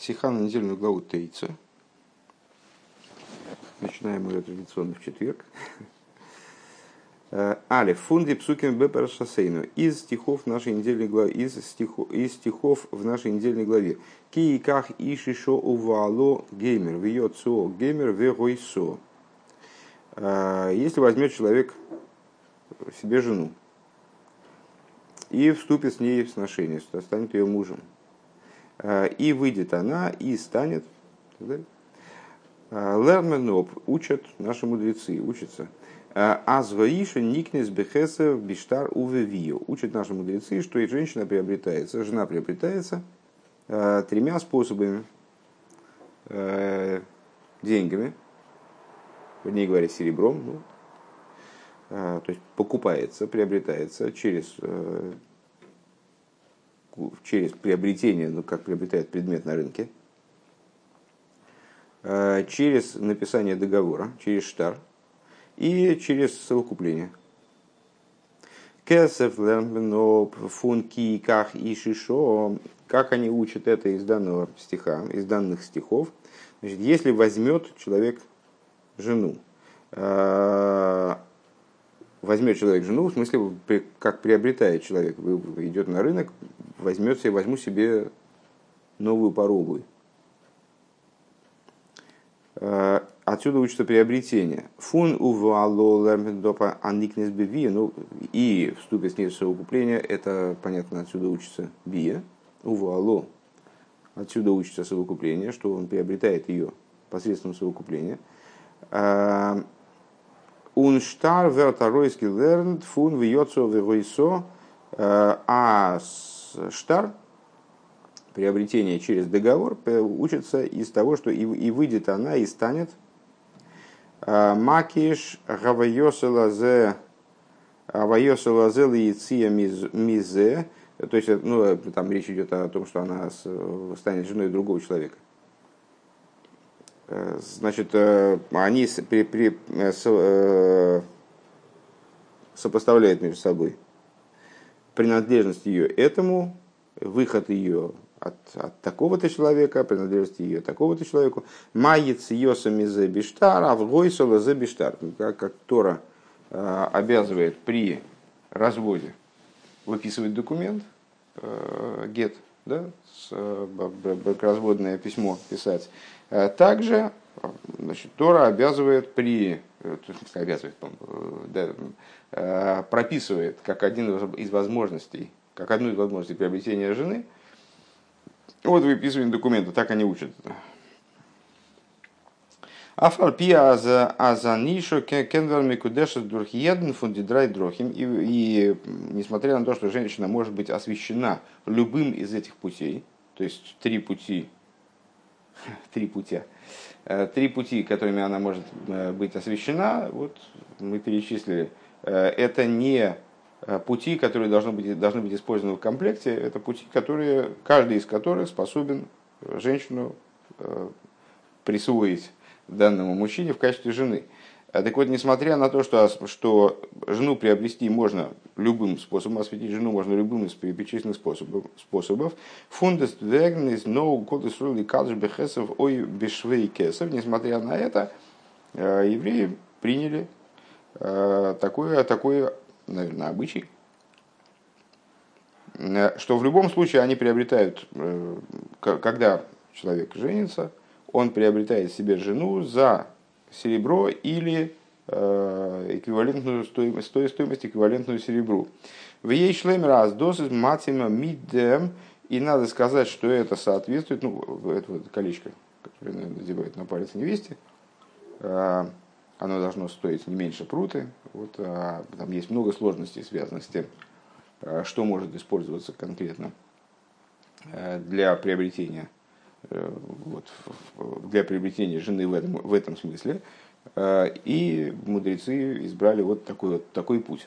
Сиха на недельную главу Тейца. Начинаем ее традиционно в четверг. Алиф. Фунди псуким бепер шосейну. Из стихов нашей недельной главы. Из стихов в нашей недельной главе. Ки ках ишишо увало геймер. Вьется геймер вегойсо. Если возьмет человек себе жену и вступит с ней в сношение, станет ее мужем, и выйдет она, и станет, лерменоп, учат наши мудрецы, учатся. Азваиша никнес бехесев биштар увевио. Учат наши мудрецы, что и женщина приобретается, жена приобретается тремя способами. Деньгами, вернее говоря, серебром, то есть покупается, приобретается через приобретение, как приобретает предмет на рынке, через написание договора, через штар и через совокупление. Кесев, лерменоп, функи, ках и шишо. Как они учат это из данного стиха, из данных стихов? Значит, если возьмет человек жену, возьмет человек жену, в смысле, как приобретает человек, идет на рынок, возьму себе новую порогую. Отсюда учится приобретение. Фун увало лермендопа аникнес бивия, и вступит с ней в совокупление, это, понятно, отсюда учится бия, увало, отсюда учится совокупление, что он приобретает ее посредством совокупления. Унштар вертаройский лернд фун вьется вегойсо, а штар, приобретение через договор, учится из того, что и выйдет она, и станет макиш гавайоселазе лииция мизе, то есть, там речь идет о том, что она станет женой другого человека. Значит, они сопоставляют между собой принадлежность ее этому, выход ее от такого-то человека, принадлежность ее такого-то человеку. Майец йосами за биштар, а в гойсола за биштар. Как Тора обязывает при разводе выписывать документ, гет, да, бракоразводное письмо писать. Также, значит, Тора прописывает как одну из возможностей приобретения жены, вот выписывание документа, так они учат. Афальпия азанишу кенвер микудеша дурхиеден фундидрай дрохим. И несмотря на то, что женщина может быть освящена любым из этих путей, то есть три пути, которыми она может быть освящена, вот мы перечислили, это не пути, которые должны быть использованы в комплекте, это пути, каждый из которых способен женщину присвоить данному мужчине в качестве жены. Так вот, несмотря на то, что жену приобрести можно любым способом, осветить жену можно любым из перечисленных способов, фундест вегн из ноу кодес рули кадж бехесов ой бешвей кесов, несмотря на это, евреи приняли такой, наверное, обычай, что в любом случае они приобретают, когда человек женится, он приобретает себе жену за серебро или эквивалентную стоимость эквивалентную серебру. В ей шлем раз дозы матима мидем, и надо сказать, что это соответствует, это вот колечко, которое надевают на палец невесте, оно должно стоить не меньше пруты. Вот, там есть много сложностей, связанных с тем, что может использоваться конкретно для приобретения жены в этом смысле. И мудрецы избрали вот такой путь.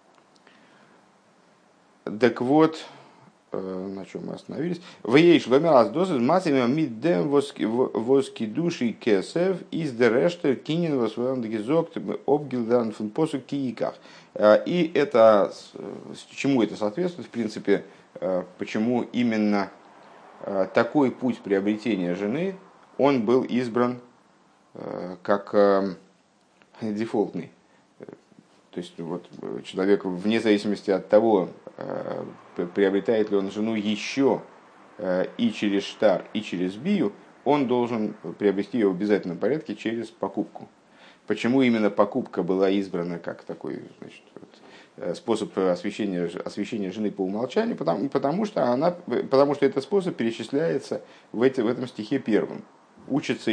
Так вот, на чем мы остановились? В ей шломер аздозы масами миддем воски души кесев из дерештер кинен восвоен гизок обгилдан фун посу кииках. И это, чему это соответствует, в принципе, почему именно такой путь приобретения жены, он был избран как дефолтный. То есть вот, человек, вне зависимости от того, приобретает ли он жену еще и через штар, и через бию, он должен приобрести ее в обязательном порядке через покупку. Почему именно покупка была избрана как такой, значит, способ освящения жены по умолчанию? Потому что этот способ перечисляется в этом стихе первым. Учится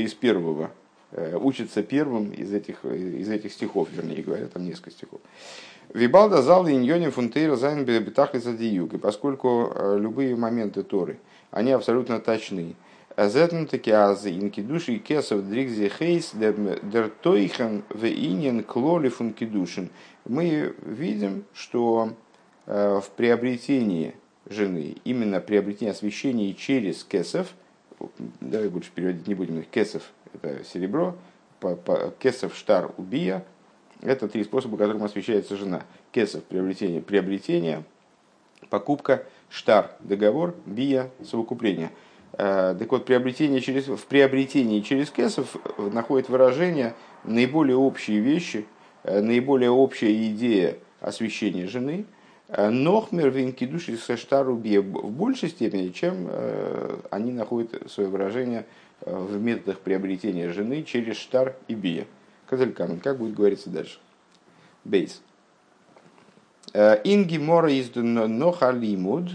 первым из этих стихов, вернее говоря, там несколько стихов. Вибалда зал иньоним фунтейра зайн бетахли задиюк. И поскольку любые моменты Торы, они абсолютно точны. Зетн таки аз инкидуши кесов дригзи хейс дер тойхан в инин клоли функидушин. Мы видим, что в приобретении жены, именно приобретение освящения через кесов, давай больше переводить не будем, кесов это серебро, кесов штар убия, это три способа, которым освящается жена. Кесов приобретение, покупка, штар договор, бия совокупление. Так вот, в приобретении через кесов находит выражение наиболее общие вещи, наиболее общая идея освящения жены, нохмер винкидуши сэштару бия в большей степени, чем они находят свое выражение в методах приобретения жены через штар и бия. Казалькамен, как будет говориться дальше? Бейс. Инги мора из нохалимуд.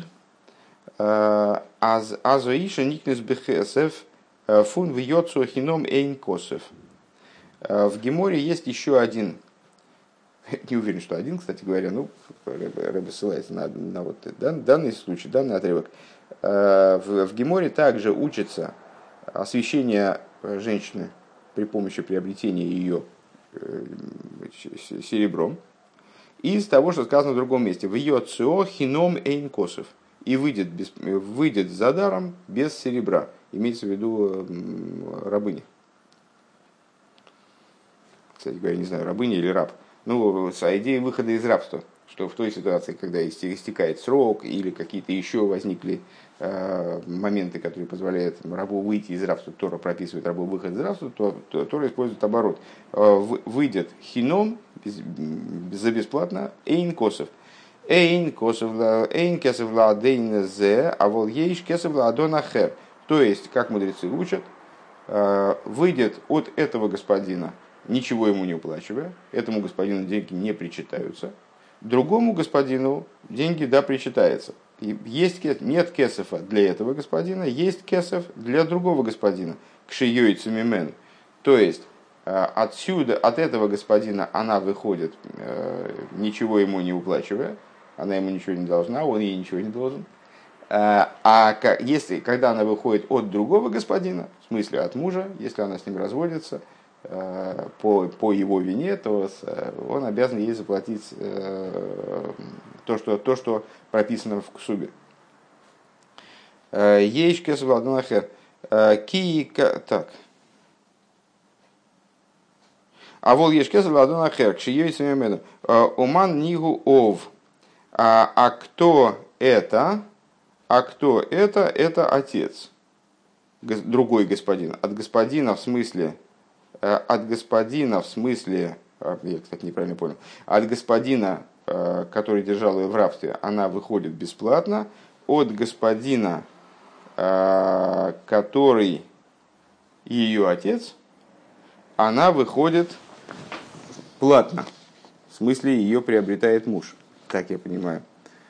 Азоиша никнес бехесев фун вьется хином эйн косев. В Геморе есть еще один, не уверен, что один, кстати говоря, ну, Рэбе ссылается на вот данный случай, данный отрывок. В Геморе также учится освящение женщины при помощи приобретения ее серебром. Из того, что сказано в другом месте. Вьется хином эйн косев. И выйдет за даром без серебра. Имеется в виду рабыня. Кстати говоря, не знаю, рабыня или раб. Ну, идея выхода из рабства. Что в той ситуации, когда истекает срок или какие-то еще возникли моменты, которые позволяют рабу выйти из рабства, Тора прописывает рабу выход из рабства, то Тора использует оборот. Выйдет хином за бесплатно эйн косов. Эйн кесов ладейн зе, а вол ейш кесов ладон ахер. То есть, как мудрецы учат, выйдет от этого господина, ничего ему не уплачивая, этому господину деньги не причитаются, другому господину деньги да причитаются. Нет кесофа для этого господина, есть кесов для другого господина, кшиёйцу мимен. То есть, отсюда, от этого господина она выходит, ничего ему не уплачивая, она ему ничего не должна, он ей ничего не должен. Когда она выходит от другого господина, в смысле от мужа, если она с ним разводится по его вине, то он обязан ей заплатить то, что прописано в ксубе. Ейш кесов ладон ахер. Так. А вол еш кесов ладон ахер. Кшиёйцу мимену. Оман нигу ов. А кто это? Это отец. Другой господин. От господина в смысле, я, кстати, неправильно понял. От господина, который держал ее в рабстве, она выходит бесплатно. От господина, который ее отец, она выходит платно. В смысле, ее приобретает муж. Так я понимаю.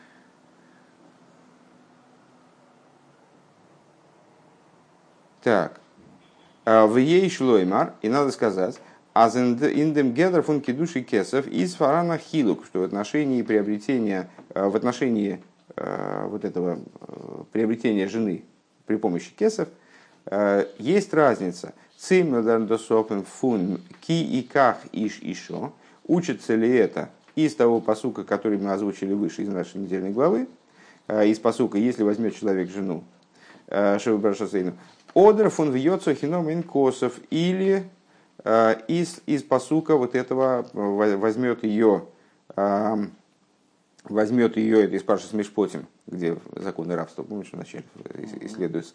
Так. В ей шлоймар, и надо сказать, аз индем гедер фун кидуши кесов из фарана хилук, что в отношении приобретения, вот этого приобретения жены при помощи кесов, есть разница. Циммердософен фун ки и ках иш ишо. Учится ли это из того пасука, который мы озвучили выше из нашей недельной главы, из пасука, если возьмет человек жену, Шевбрашасейну, Одер фун вьется хином инкосов, или из пасука вот этого возьмет ее возьмет ее, это из Паршас Мишпотим, где законы рабства, помнишь, вначале исследуется,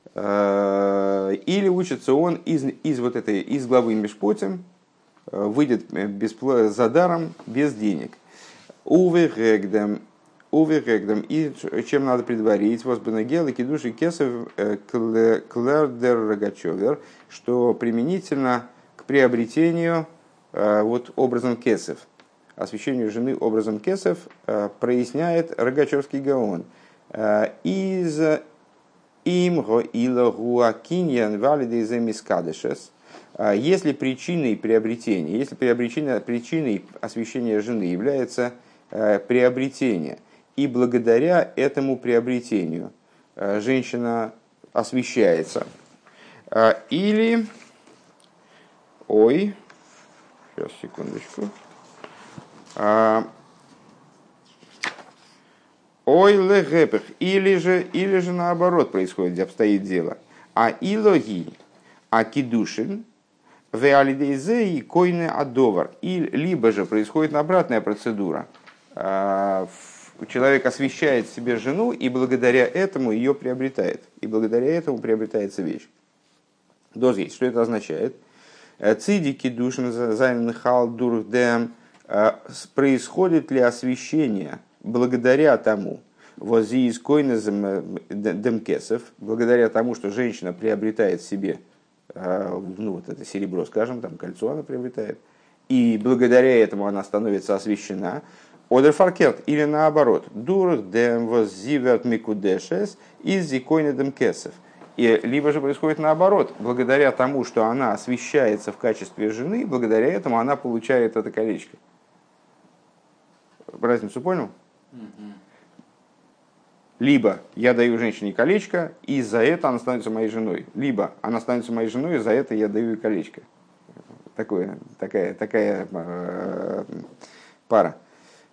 или учится он из главы Мишпотим, выйдет за даром, без денег. Увегегдем, и чем надо предварить, возбанагел и кидуши кесов клердер рогачевер, что применительно к приобретению вот образом кесов, освящению жены образом кесов, проясняет Рогачевский Гаон. Из имго ила гуакиньян валидейзе мискадешес. Если причиной приобретения, если причиной освящения жены является приобретение, и благодаря этому приобретению женщина освящается, или, сейчас, секундочку, ой легепех, или же наоборот происходит, где обстоит дело. А илоги, а кидушин, веалидейзе и койне адовар. Либо же происходит обратная процедура. Человек освящает себе жену и благодаря этому ее приобретает. И благодаря этому приобретается вещь. Дозгейт, что это означает? Цидики душин зайнхал дурхдем. Происходит ли освящение благодаря тому, вози из койнезем демкесов, благодаря тому, что женщина приобретает себе, вот это серебро, скажем, там кольцо она приобретает, и благодаря этому она становится освящена, одерфаркерт, или наоборот, дурхдем воззиверт микудешес из зикойне демкесов. И либо же происходит наоборот, благодаря тому, что она освящается в качестве жены, благодаря этому она получает это колечко. Разницу понял? Либо я даю женщине колечко, и за это она становится моей женой. Либо она становится моей женой, и за это я даю ей колечко. Такая пара.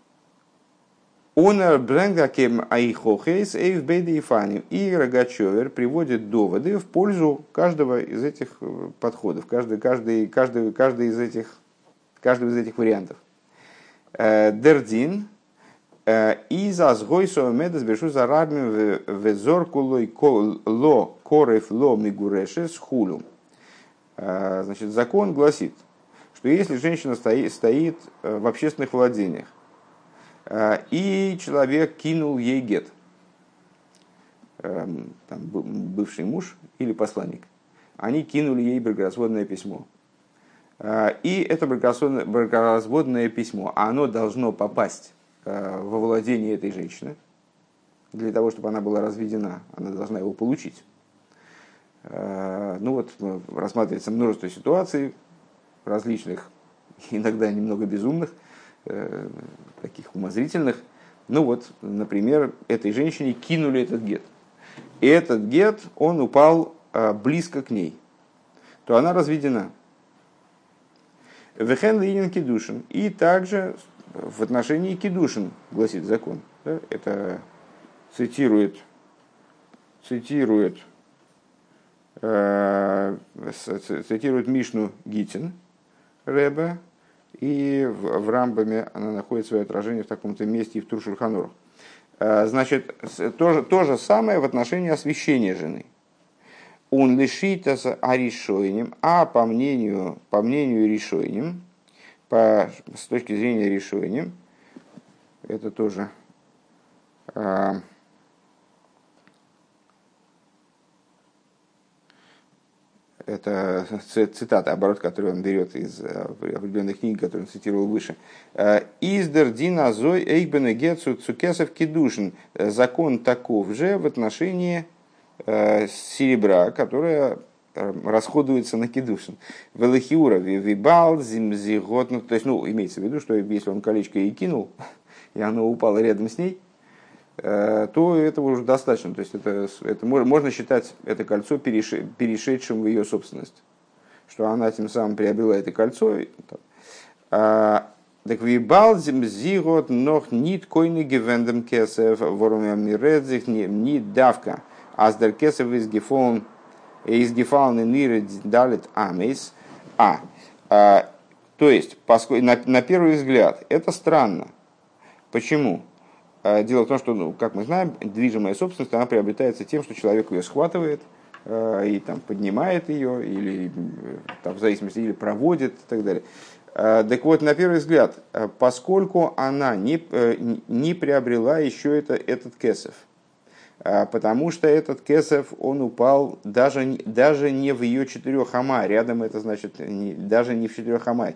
Онер брэнгакем айхохейс эйвбейда и фаним. И Рогачевер приводит доводы в пользу каждого из этих подходов, каждый из этих вариантов. Дердин из азгойсо медас бешу за рабим везоркулой ло корев ло мигурешес хулум. Значит, закон гласит, что если женщина стоит в общественных владениях, и человек кинул ей гет, там, бывший муж или посланник, они кинули ей бракоразводное письмо. И это бракоразводное письмо, оно должно попасть во владение этой женщины. Для того, чтобы она была разведена, она должна его получить. Рассматривается множество ситуаций различных, иногда немного безумных, таких умозрительных. Например, этой женщине кинули этот гет. И этот гет, он упал близко к ней. То она разведена. Вехен линин кидушин. И также в отношении кидушин, гласит закон. Да, это цитирует Мишну Гитин Ребе, и в Рамбаме она находит свое отражение в таком-то месте и в Тур Шульхан Арух. Значит, то же самое в отношении освящения жены. Он лишитас аришойним, а по мнению решойним, с точки зрения решойним, это тоже это цитата, оборот, который он берет из определенных книг, которые он цитировал выше. «Издер дин азой эйбене гецу цукесов кидушин». Закон таков же в отношении серебра, которое расходуется на кидушин. «Велихиура вибал зимзигот». То есть, имеется в виду, что если он колечко ей кинул, и оно упало рядом с ней, то этого уже достаточно. То есть это можно считать это кольцо перешедшим в ее собственность. Что она тем самым приобрела это кольцо. Так вибалзим зигот нох нит койны гевендем кесев ворумем миредзих нит давка аздер кесев из гефон ниред далит амейс. То есть, на первый взгляд, это странно. Почему? Дело в том, что, ну, как мы знаем, движимая собственность, она приобретается тем, что человек ее схватывает и там, поднимает ее, или там, в зависимости, или проводит и так далее. Так вот, на первый взгляд, поскольку она не приобрела еще этот кесев, потому что этот кесев, он упал даже не в ее 4 ама, рядом это значит даже не в 4 ама.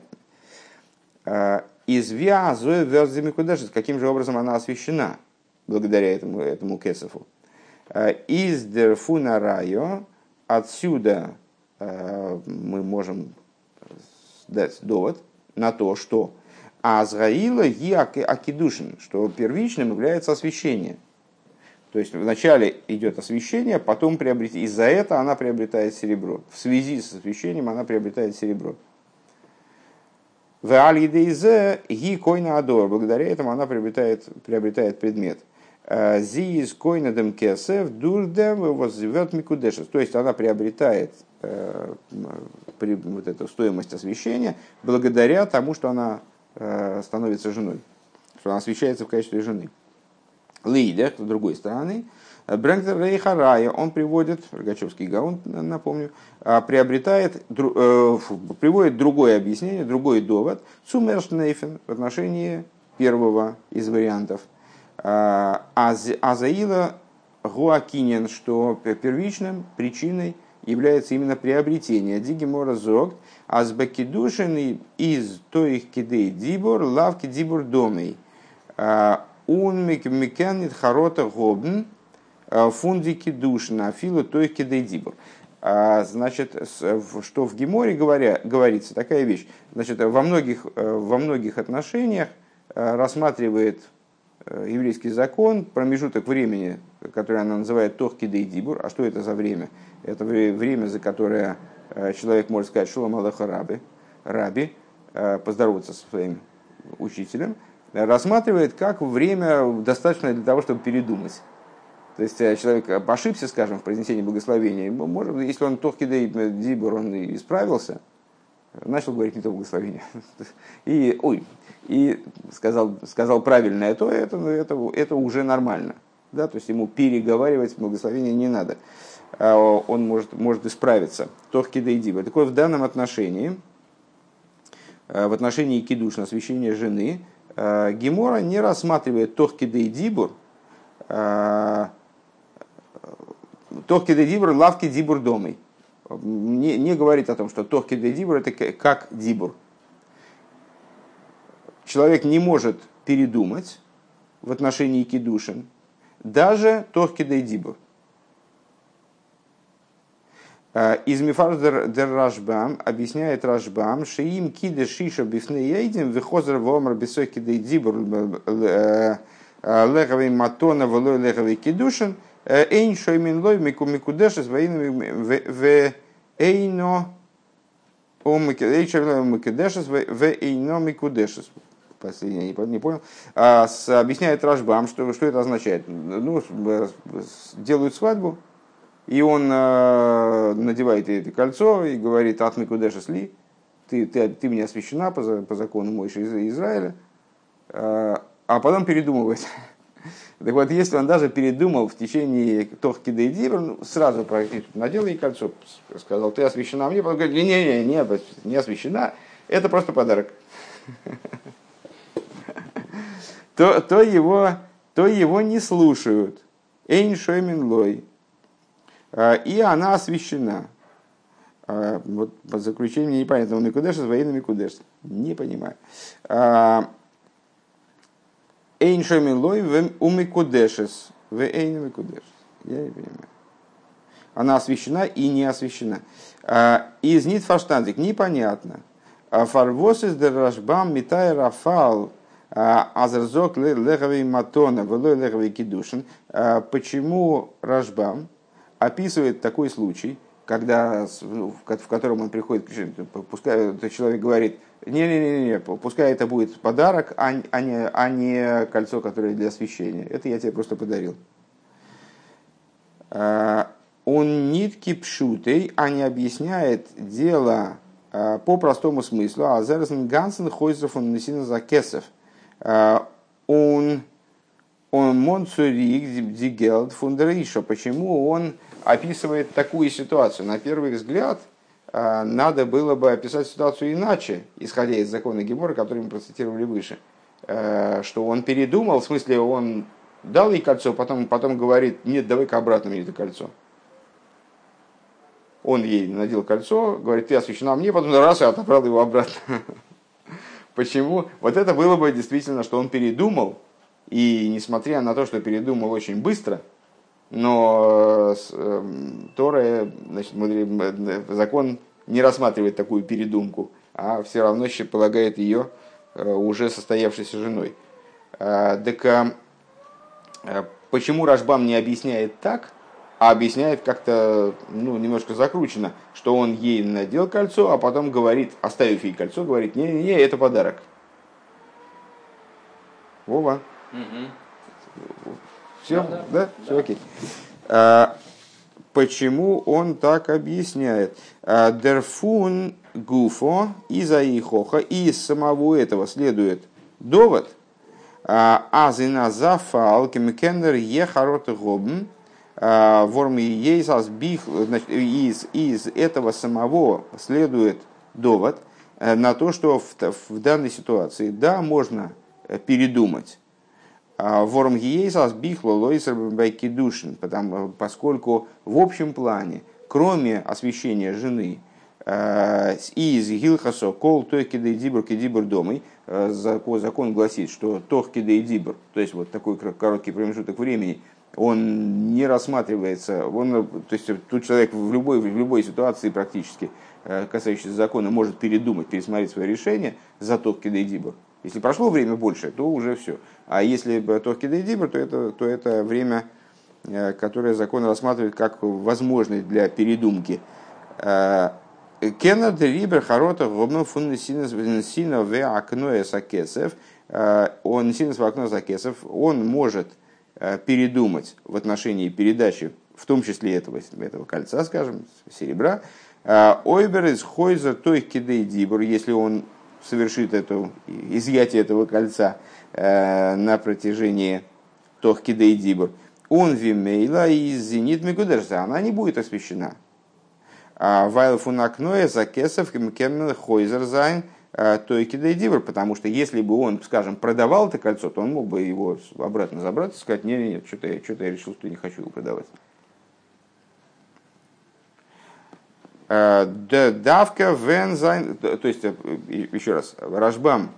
Из виазоя верзимикудешес, каким же образом она освящена благодаря этому кесефу. Из дерфуна райо, отсюда мы можем дать довод на то, что Азраила и Акидушин, что первичным является освящение. То есть вначале идет освящение, потом из-за этого она приобретает серебро. В связи с освящением она приобретает серебро. Благодаря этому она приобретает предмет. Зиис койнадем кесев дурдем воззовет микудешес. То есть она приобретает вот эту стоимость освящения благодаря тому, что она становится женой, что она освящается в качестве жены. Лейдер, с другой стороны, Брэнгтер Рейхарая, он приводит, Рогачевский Гаон, напомню, приводит другое объяснение, другой довод, Цумершнейфен в отношении первого из вариантов. Азаила Гуакинен, что первичным причиной является именно приобретение. Дигимора зогт, азбекидушин из тоих кидей дибор, лавки дибор домей. Он мекенит харота гобн, фундики душна, филу тоих кидей дибор. Значит, что в Геморе говорится такая вещь. Значит, во многих отношениях рассматривает еврейский закон промежуток времени, который она называет тохкидей дибур. А что это за время? Это время, за которое человек может сказать шолом алейха раби, поздороваться со своим учителем, рассматривает как время достаточное для того, чтобы передумать. То есть человек ошибся, скажем, в произнесении благословения, может, если он тохкидей дибур, он исправился, начал говорить не то благословение, и сказал правильное, то это уже нормально. Да? То есть ему переговаривать благословение не надо. Он может исправиться. Тохкидей дибур. Так вот, в данном отношении, в отношении кидушна, освящения жены, Гемора не рассматривает тохкидей дибур, тохкидей дибур, лавки дибур домой. Не говорит о том, что тохкидей дибур это как дибур. Человек не может передумать в отношении кидушин, даже тохкидей дибур. Из Мифарш дер Рашбам объясняет Рашбам, что им киде шиша бифней едем, выхозер вомар бисой кидей дибур леховый матона волой леховый кидушин, эйн шоймин лой микудешес в эйно микудешес в эйно микудешес. Последнее не понял. Объясняет Рашбам, что это означает. Ну, делают свадьбу, и он надевает ей это кольцо и говорит: «Ат микудешес ли, ты мне освящена по закону Мойши из Израиля», а потом передумывает. Так вот, если он даже передумал в течение тохкидей дибур, сразу надел ей кольцо, сказал: «Ты освящена мне», он говорит: не освящена, это просто подарок. То его не слушают. Эйн шоймин лой. И она освящена. Вот по заключению непонятного микудешес, военный микудешес. Не понимаю. Эйн шоймин лой у микудешес. В эйн микудешес. Я не понимаю. Она освящена и не освящена. Из нит фаштандик непонятно. Фарвосис дер Рашбам митай рафал азерзок леховый матона велой леховый кидушин. Почему Рашбам описывает такой случай, когда, в котором он приходит, пускай человек говорит: не, пускай это будет подарок, а не кольцо, которое для освящения. Это я тебе просто подарил. Он нитки пшутей, а не объясняет дело по простому смыслу. А зараз гансен хойзов он несина за кесов. Он Он монцурик дигелд фундериша. Почему он описывает такую ситуацию? На первый взгляд, надо было бы описать ситуацию иначе, исходя из закона Гемора, который мы процитировали выше. Что он передумал, в смысле, он дал ей кольцо, потом говорит, нет, давай-ка обратно мне это кольцо. Он ей надел кольцо, говорит, ты освящена мне, потом раз и отобрал его обратно. Почему? Вот это было бы действительно, что он передумал, и несмотря на то, что передумал очень быстро, но Тора, значит, закон не рассматривает такую передумку, а все равно полагает ее уже состоявшейся женой. Так почему Рашбам не объясняет так, а объясняет как-то немножко закручено, что он ей надел кольцо, а потом говорит, оставив ей кольцо, говорит, не-не-не, это подарок. Вова. Все, да? Все окей. Почему он так объясняет? Дерфун гуфо из-за ихоха, и из самого этого следует довод. Азина зафал кемкендер ехарот гобн ворми ейсас бих. Из этого самого следует довод на то, что в данной ситуации, да, можно передумать. Ворм гиейсас бихло лойсер байкидушин, поскольку в общем плане, кроме освящения жены, из гилхасо кол тохкидей дибр кидибр домой, закон гласит, что тохкидей дибр, то есть вот такой короткий промежуток времени, он не рассматривается, то есть тут человек в любой ситуации практически, касающейся закона, может передумать, пересмотреть свое решение за тохкидей дибр. Если прошло время больше, то уже все. А если тохкидей дибр, то это время, которое закон рассматривает как возможность для передумки. Кеннад рибер харота гобнов фун сина в окно сакесов. Он синус в окно сакесов. Он может передумать в отношении передачи, в том числе этого кольца, скажем, серебра. Ойбер из хойза тохкидей дибр, если он совершит изъятие этого кольца на протяжении тохкидей дибр, он вимейла из зенит мегудерса, она не будет освящена. Вайл фунакное закесов кемкен хойзер зайн тохкидей дибр, потому что если бы он, скажем, продавал это кольцо, то он мог бы его обратно забрать и сказать, нет, что-то я решил, что не хочу его продавать. Давка вензайн, то есть, еще раз, Рашбам,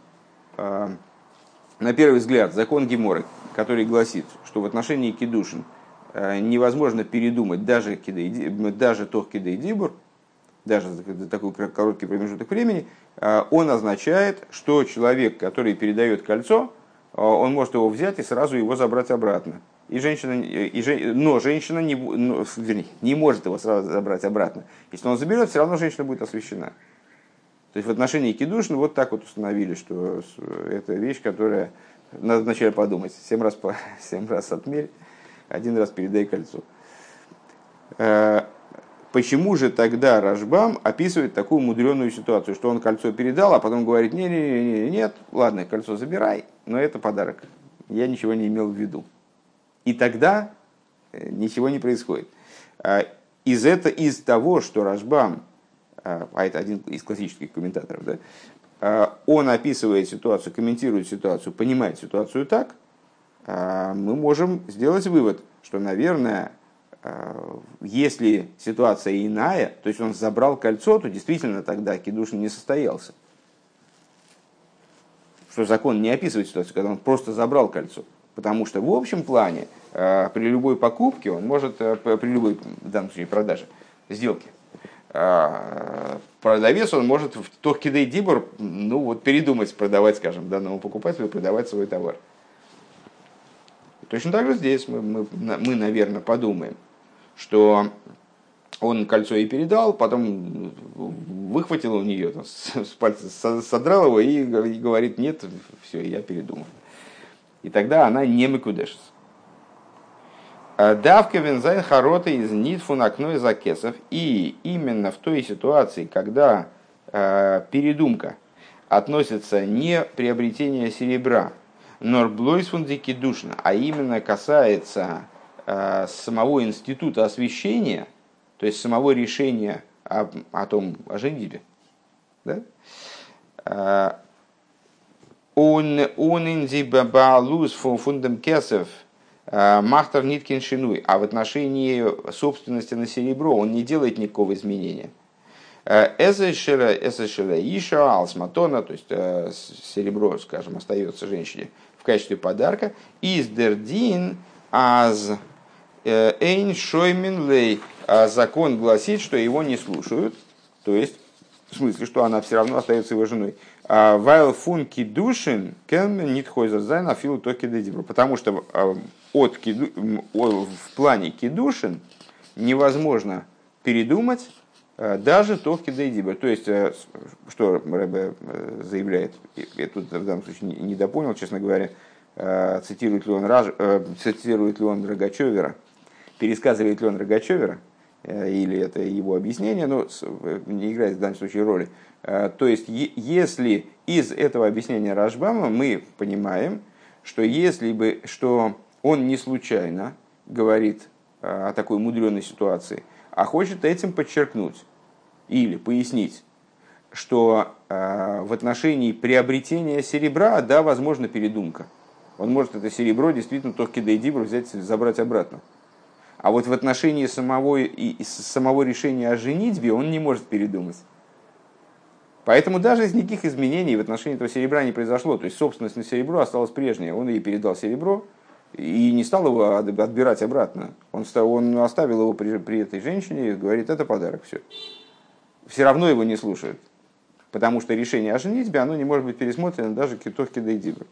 на первый взгляд, закон Геморы, который гласит, что в отношении кидушин невозможно передумать даже тох кидей дибур, даже за такой короткий промежуток времени, он означает, что человек, который передает кольцо, он может его взять и сразу его забрать обратно. Но женщина не может его сразу забрать обратно. Если он заберет, все равно женщина будет освящена. То есть в отношении кидушин вот так вот установили, что это вещь, которая надо вначале подумать. 7 раз отмерь, 1 раз передай кольцо. Почему же тогда Рашбам описывает такую мудреную ситуацию, что он кольцо передал, а потом говорит, нет, ладно, кольцо забирай, но это подарок. Я ничего не имел в виду. И тогда ничего не происходит. Из того, что Рашбам, а это один из классических комментаторов, да, он описывает ситуацию, комментирует ситуацию, понимает ситуацию так, мы можем сделать вывод, что, наверное, если ситуация иная, то есть он забрал кольцо, то действительно тогда кидушин не состоялся. Что закон не описывает ситуацию, когда он просто забрал кольцо. Потому что в общем плане при любой покупке он может, при любой, в данном случае, продаже, сделке, продавец он может в тохкидей дибур передумать продавать, скажем, данному покупателю, продавать свой товар. Точно так же здесь мы, наверное, подумаем, что он кольцо и передал, потом выхватил у нее, с пальца содрал его и говорит, нет, все, я передумал. И тогда она не мекудешится. Давка вензайн харота из нитфун окно из акесов. И именно в той ситуации, когда передумка относится не приобретение серебра, Норблойс фундики душна, а именно касается самого института освящения, то есть самого решения о том, о женитьбе. Да? Он инзибабалус фундам кесов махтар ниткин шинуй, а в отношении собственности на серебро он не делает никакого изменения. Эзешера иша алсматона, то есть серебро, скажем, остается женщине в качестве подарка. Издердин аз эйн шоймин лей. Закон гласит, что его не слушают, то есть в смысле, что она все равно остается его женой. Вайл функи душин кен нитхойзер зайн афилу токи дедибру. Потому что в плане кидушин невозможно передумать даже токи дедибру. То есть, что Рэбе заявляет, я тут в данном случае не допонял, честно говоря, цитирует ли он Рогачевера, пересказывает ли он Рогачевера, или это его объяснение, но не играет в данном случае роли. То есть, если из этого объяснения Рашбама мы понимаем, что он не случайно говорит о такой мудреной ситуации, а хочет этим подчеркнуть или пояснить, что в отношении приобретения серебра, да, возможно передумка. Он может это серебро действительно только кидайдибр взять и забрать обратно. А вот в отношении самого решения о женитьбе он не может передумать. Поэтому даже из никаких изменений в отношении этого серебра не произошло. То есть собственность на серебро осталась прежней. Он ей передал серебро и не стал его отбирать обратно. Он оставил его при этой женщине и говорит, это подарок. Все равно его не слушают. Потому что решение о женитьбе оно не может быть пересмотрено даже китовки дейдибр.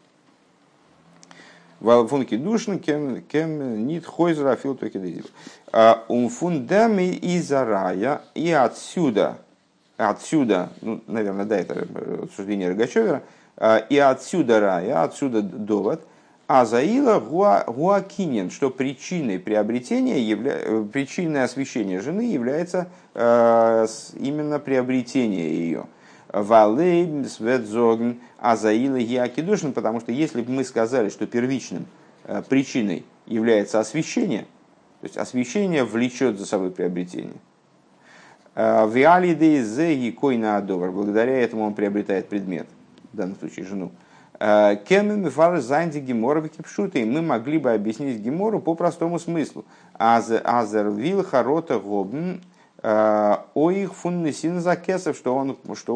Функи душн кем нит хойзера афил токи дейдибр. Фундами из рая и отсюда, ну, наверное, да, это суждение Рогачевера, и отсюда рая, отсюда довод, а заила гуакинин, что причиной приобретения, причиной освящения жены является именно приобретение ее. Валей светзогн азаила гиакидушин, потому что если бы мы сказали, что первичным причиной является освящение, то есть освящение влечет за собой приобретение. Виалидей зеги койна адовар, благодаря этому он приобретает предмет, в данном случае жену. Кемем фар зайнди гемора векипшуты, мы могли бы объяснить гемору по простому смыслу. Азер вил харота гобн оих фуннесин закесов, что он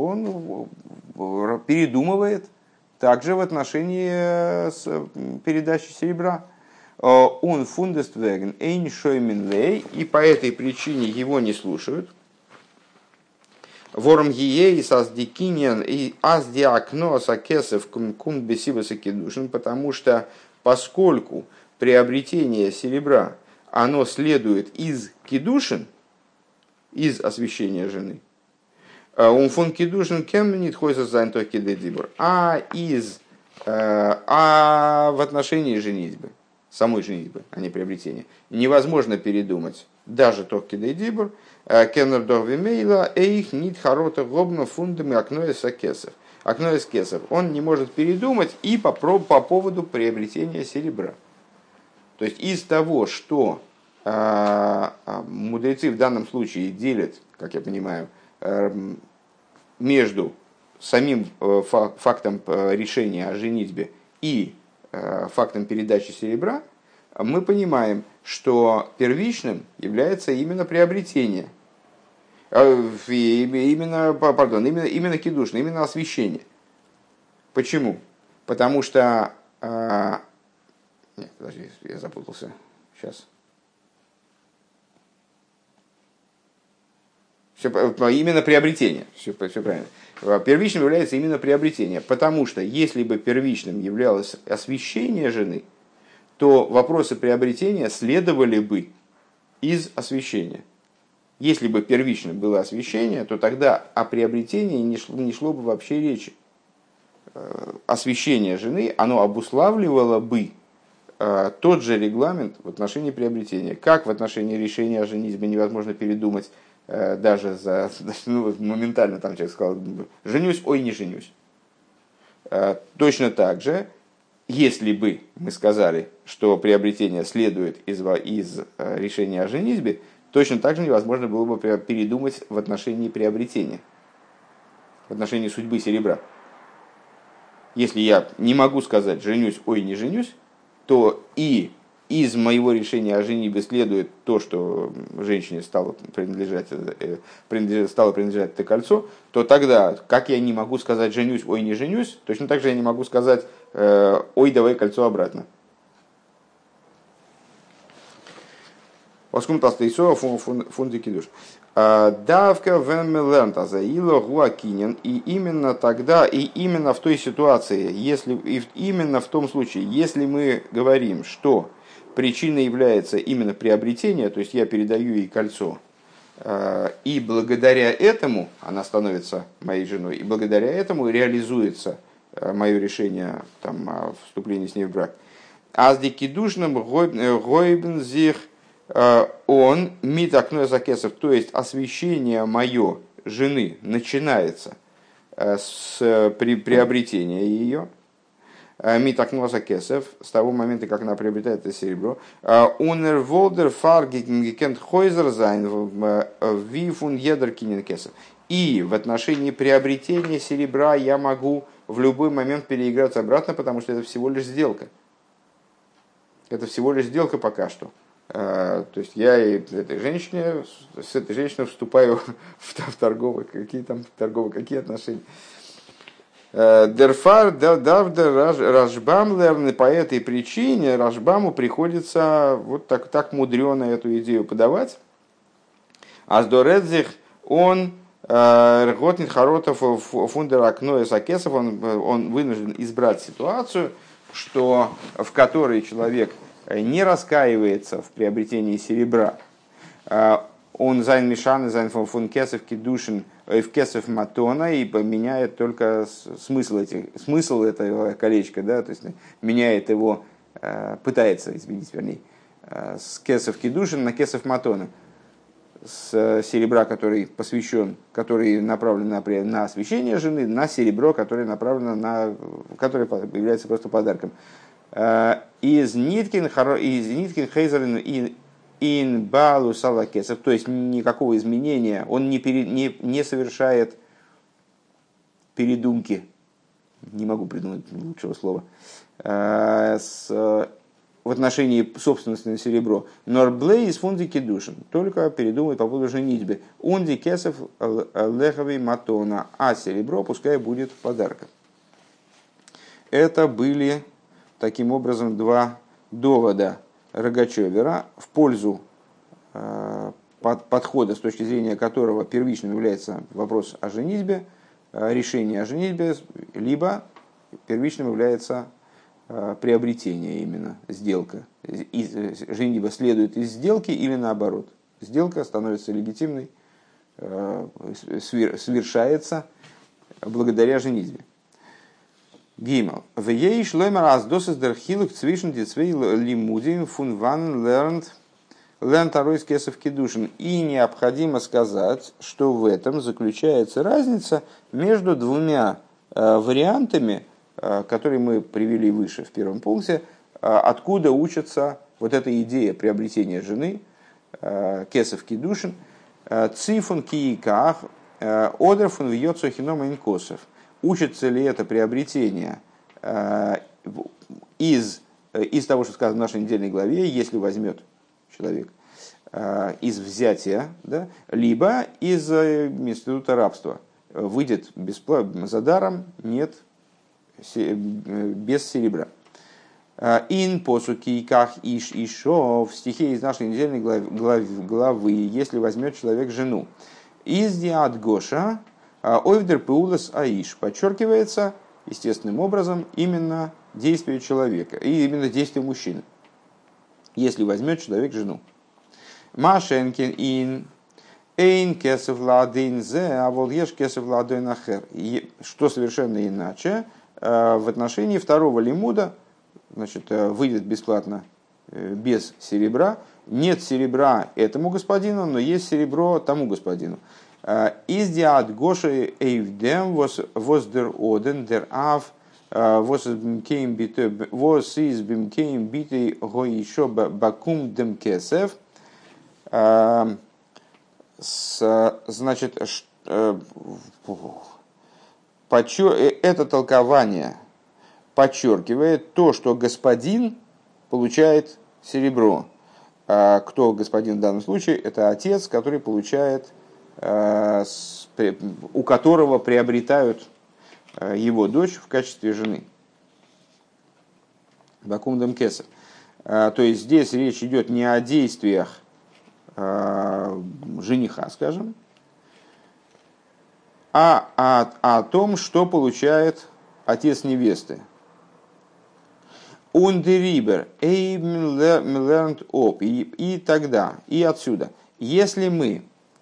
передумывает также в отношении передачи серебра. Он фундест веген эйн шоймин лей, и по этой причине его не слушают. Ворм гие и саздикинен и аздиакно сакесов кум бесибаса кидушин, потому что поскольку приобретение серебра оно следует из кидушин, из освящения жены, фон кидушин кем нит хойза зайн токи дедибр, а в отношении женитьбы, самой женитьбы, а не приобретения, невозможно передумать даже токи дедибр. Кеннер дорвимейла эйх нит харота гобна фундами акноэс кесов. Акноэс кесов. Он не может передумать и по поводу приобретения серебра. То есть из того, что мудрецы в данном случае делят, как я понимаю, между самим фактом решения о женитьбе и фактом передачи серебра, мы понимаем, что первичным является именно приобретение. Именно кидушное, именно освящение. Почему? Потому что... Нет, подожди, я запутался. Сейчас. Именно приобретение. Все правильно. Первичным является именно приобретение. Потому что если бы первичным являлось освящение жены, то вопросы приобретения следовали бы из освящения. Если бы первичным было освящение, то тогда о приобретении не шло бы вообще речи. Освящение жены, оно обуславливало бы тот же регламент в отношении приобретения. Как в отношении решения о женитьбе невозможно передумать даже моментально, там человек сказал, женюсь, ой, не женюсь. Точно так же если бы мы сказали, что приобретение следует из решения о женитьбе, точно так же невозможно было бы передумать в отношении приобретения, в отношении судьбы серебра. Если я не могу сказать «женюсь, ой, не женюсь», то и из моего решения о женитьбе следует то, что женщине стало принадлежать это кольцо, то тогда, как я не могу сказать «женюсь, ой, не женюсь», точно так же я не могу сказать «ой, давай кольцо обратно». Поскольку толстейсо фунды кидуш. Давка венмелента заило гуакинин. И именно тогда, и именно в той ситуации, именно в том случае, если мы говорим, что причиной является именно приобретение, то есть я передаю ей кольцо, и благодаря этому она становится моей женой, и благодаря этому реализуется мое решение о вступлении с ней в брак. Аздикидушным гойбензих он митакной закесов, то есть освящение мое жены начинается с приобретения ее, митакной закесов, с того момента, как она приобретает это серебро. Унер волдер фаргикент хойзер зайн вифун едер киненкесов. И в отношении приобретения серебра я могу в любой момент переиграться обратно, потому что это всего лишь сделка. Это всего лишь сделка пока что. То есть я с этой женщиной вступаю в торговые, какие отношения. Дерфар давда Рашбам лерны, по этой причине Рашбаму приходится вот так мудрено эту идею подавать. Аздоредзих он рготнит харотов фундер окно сакесов, он вынужден избрать ситуацию, в которой человек не раскаивается в приобретении серебра. Он зайн мишан, зайн фун кесов кидушин в кесов матона, и меняет только смысл этого колечка, да, то есть меняет его, пытается изменить, вернее, с кесов кидушин на кесов матона, с серебра, который посвящен, который направлен на освящение жены, на серебро, которое которое является просто подарком. Из ниткин хейзерин ин балу салакесов, то есть никакого изменения, он не совершает передумки, не могу придумать лучшего слова, в отношении собственности на серебро. Норблей из фунди кидушин, только передумает по поводу женитьбы. Унди кесов леховый матона, а серебро пускай будет подарком. Это были таким образом два довода Рогачевера в пользу подхода, с точки зрения которого первичным является вопрос о женитьбе, решение о женитьбе, либо первичным является приобретение, именно сделка. Женитьба следует из сделки или наоборот. Сделка становится легитимной, совершается благодаря женитьбе. Гимал. В ей шлемер аздосис дер хилук цвишен дицвей лимудим фун ван лернт аройс кесов кидушин. И необходимо сказать, что в этом заключается разница между двумя вариантами, которые мы привели выше в первом пункте, откуда учится вот эта идея приобретения жены, кесов кидушин, цифун кииках, одерфун вьется хином инкосов. Учится ли это приобретение из того, что сказано в нашей недельной главе, если возьмет человек из взятия, да, либо из института рабства, выйдет бесплатно, за даром, нет, без серебра. Ин посуки ках иш ишо, в стихе из нашей недельной главы, если возьмет человек жену. Из диад гоша ойвдер пеулас аиш, подчеркивается естественным образом именно действие человека и именно действие мужчины, если возьмет человек жену. Машенкин ин эйн кесов ладейн зе, а волеш кесов ладейн ахер. Что совершенно иначе в отношении второго лимуда, значит, выйдет бесплатно без серебра. Нет серебра этому господину, но есть серебро тому господину. Из диад гоши эйвдем воздер оден дер ав «Вос из бимкейм битый гоишо бакум дем кесев». Значит, это толкование подчеркивает то, что господин получает серебро. Кто господин в данном случае? Это отец, который получает, у которого приобретают его дочь в качестве жены. Бакум дем кесев. То есть здесь речь идет не о действиях жениха, скажем, а о том, что получает отец невесты. Ундерибер, эйбн оп, и тогда, и отсюда. Если мы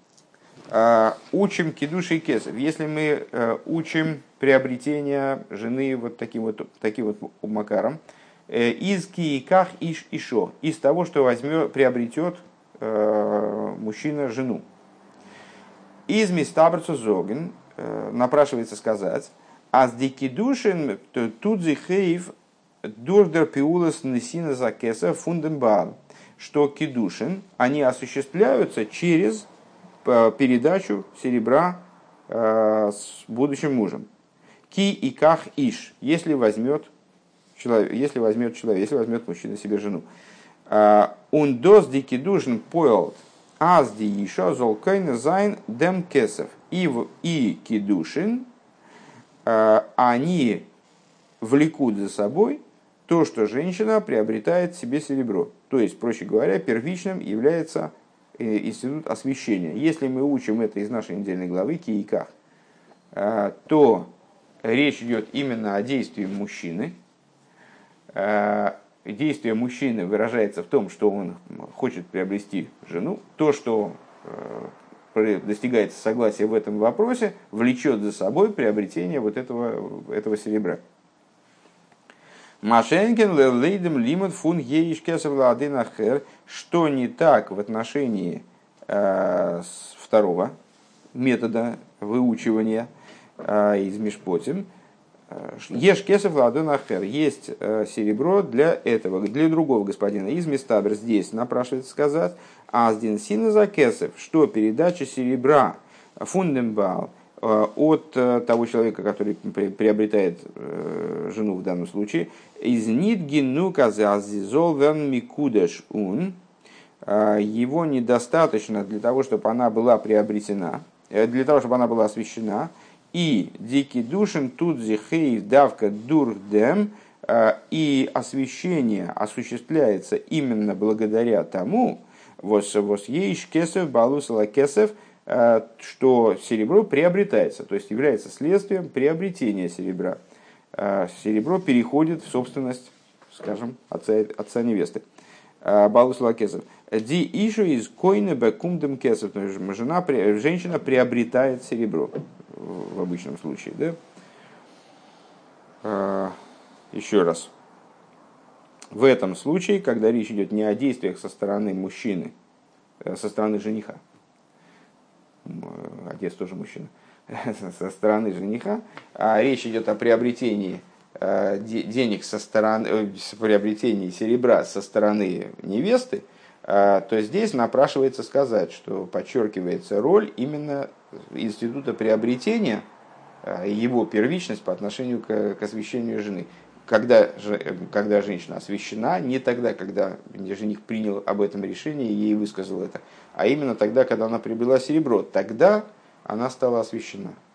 учим кидуши и кесов, если мы учим приобретение жены вот таким вот макаром, из кииках иш ишо, из того, что приобретет мужчина жену. Из мистабрцу зоген напрашивается сказать, аз дикидушин тудзихеев дурдер пиулас несина закеса фунденбал, что кидушин, они осуществляются через передачу серебра с будущим мужем. Ки и ках иш, если возьмет мужчина себе жену. Ундос дикидушин поэлт аз ди иша золкайна зайн дем кесов. И кидушин, они влекут за собой то, что женщина приобретает себе серебро. То есть, проще говоря, первичным является институт освящения. Если мы учим это из нашей недельной главы Кииках, то речь идет именно о действии мужчины. Действие мужчины выражается в том, что он хочет приобрести жену. То, что достигается согласия в этом вопросе, влечет за собой приобретение вот этого серебра. Машенкин лейдем лимит фун еишкесов ладын ахер, что не так в отношении второго метода выучивания из Мишпотим. Ешкесов ладын ахер, есть серебро для этого, для другого господина. Из Мистабр здесь напрашивается сказать, аздин сина за кесов, что передача серебра фундембал от того человека, который приобретает жену в данном случае, из нидгину казазизолвен микудеш ун, его недостаточно для того, чтобы она была приобретена, для того, чтобы она была освящена, и дикий душин тут зихейв давка дурдем, и освящение осуществляется именно благодаря тому, вос ейш кесев балусала кесев, что серебро приобретается, то есть является следствием приобретения серебра. Серебро переходит в собственность, скажем, отца невесты. Балус лакесов. Ди ишу из койна бекумдем кесов. Женщина приобретает серебро в обычном случае. Да? Еще раз. В этом случае, когда речь идет не о действиях со стороны мужчины, со стороны жениха, отец тоже мужчина, со стороны жениха, а речь идет о приобретении денег со стороны, приобретении серебра со стороны невесты, то здесь напрашивается сказать, что подчеркивается роль именно института приобретения, его первичность по отношению к освящению жены. Когда женщина освящена, не тогда, когда жених принял об этом решение и ей высказал это, а именно тогда, когда она приобрела серебро, тогда она стала освящена.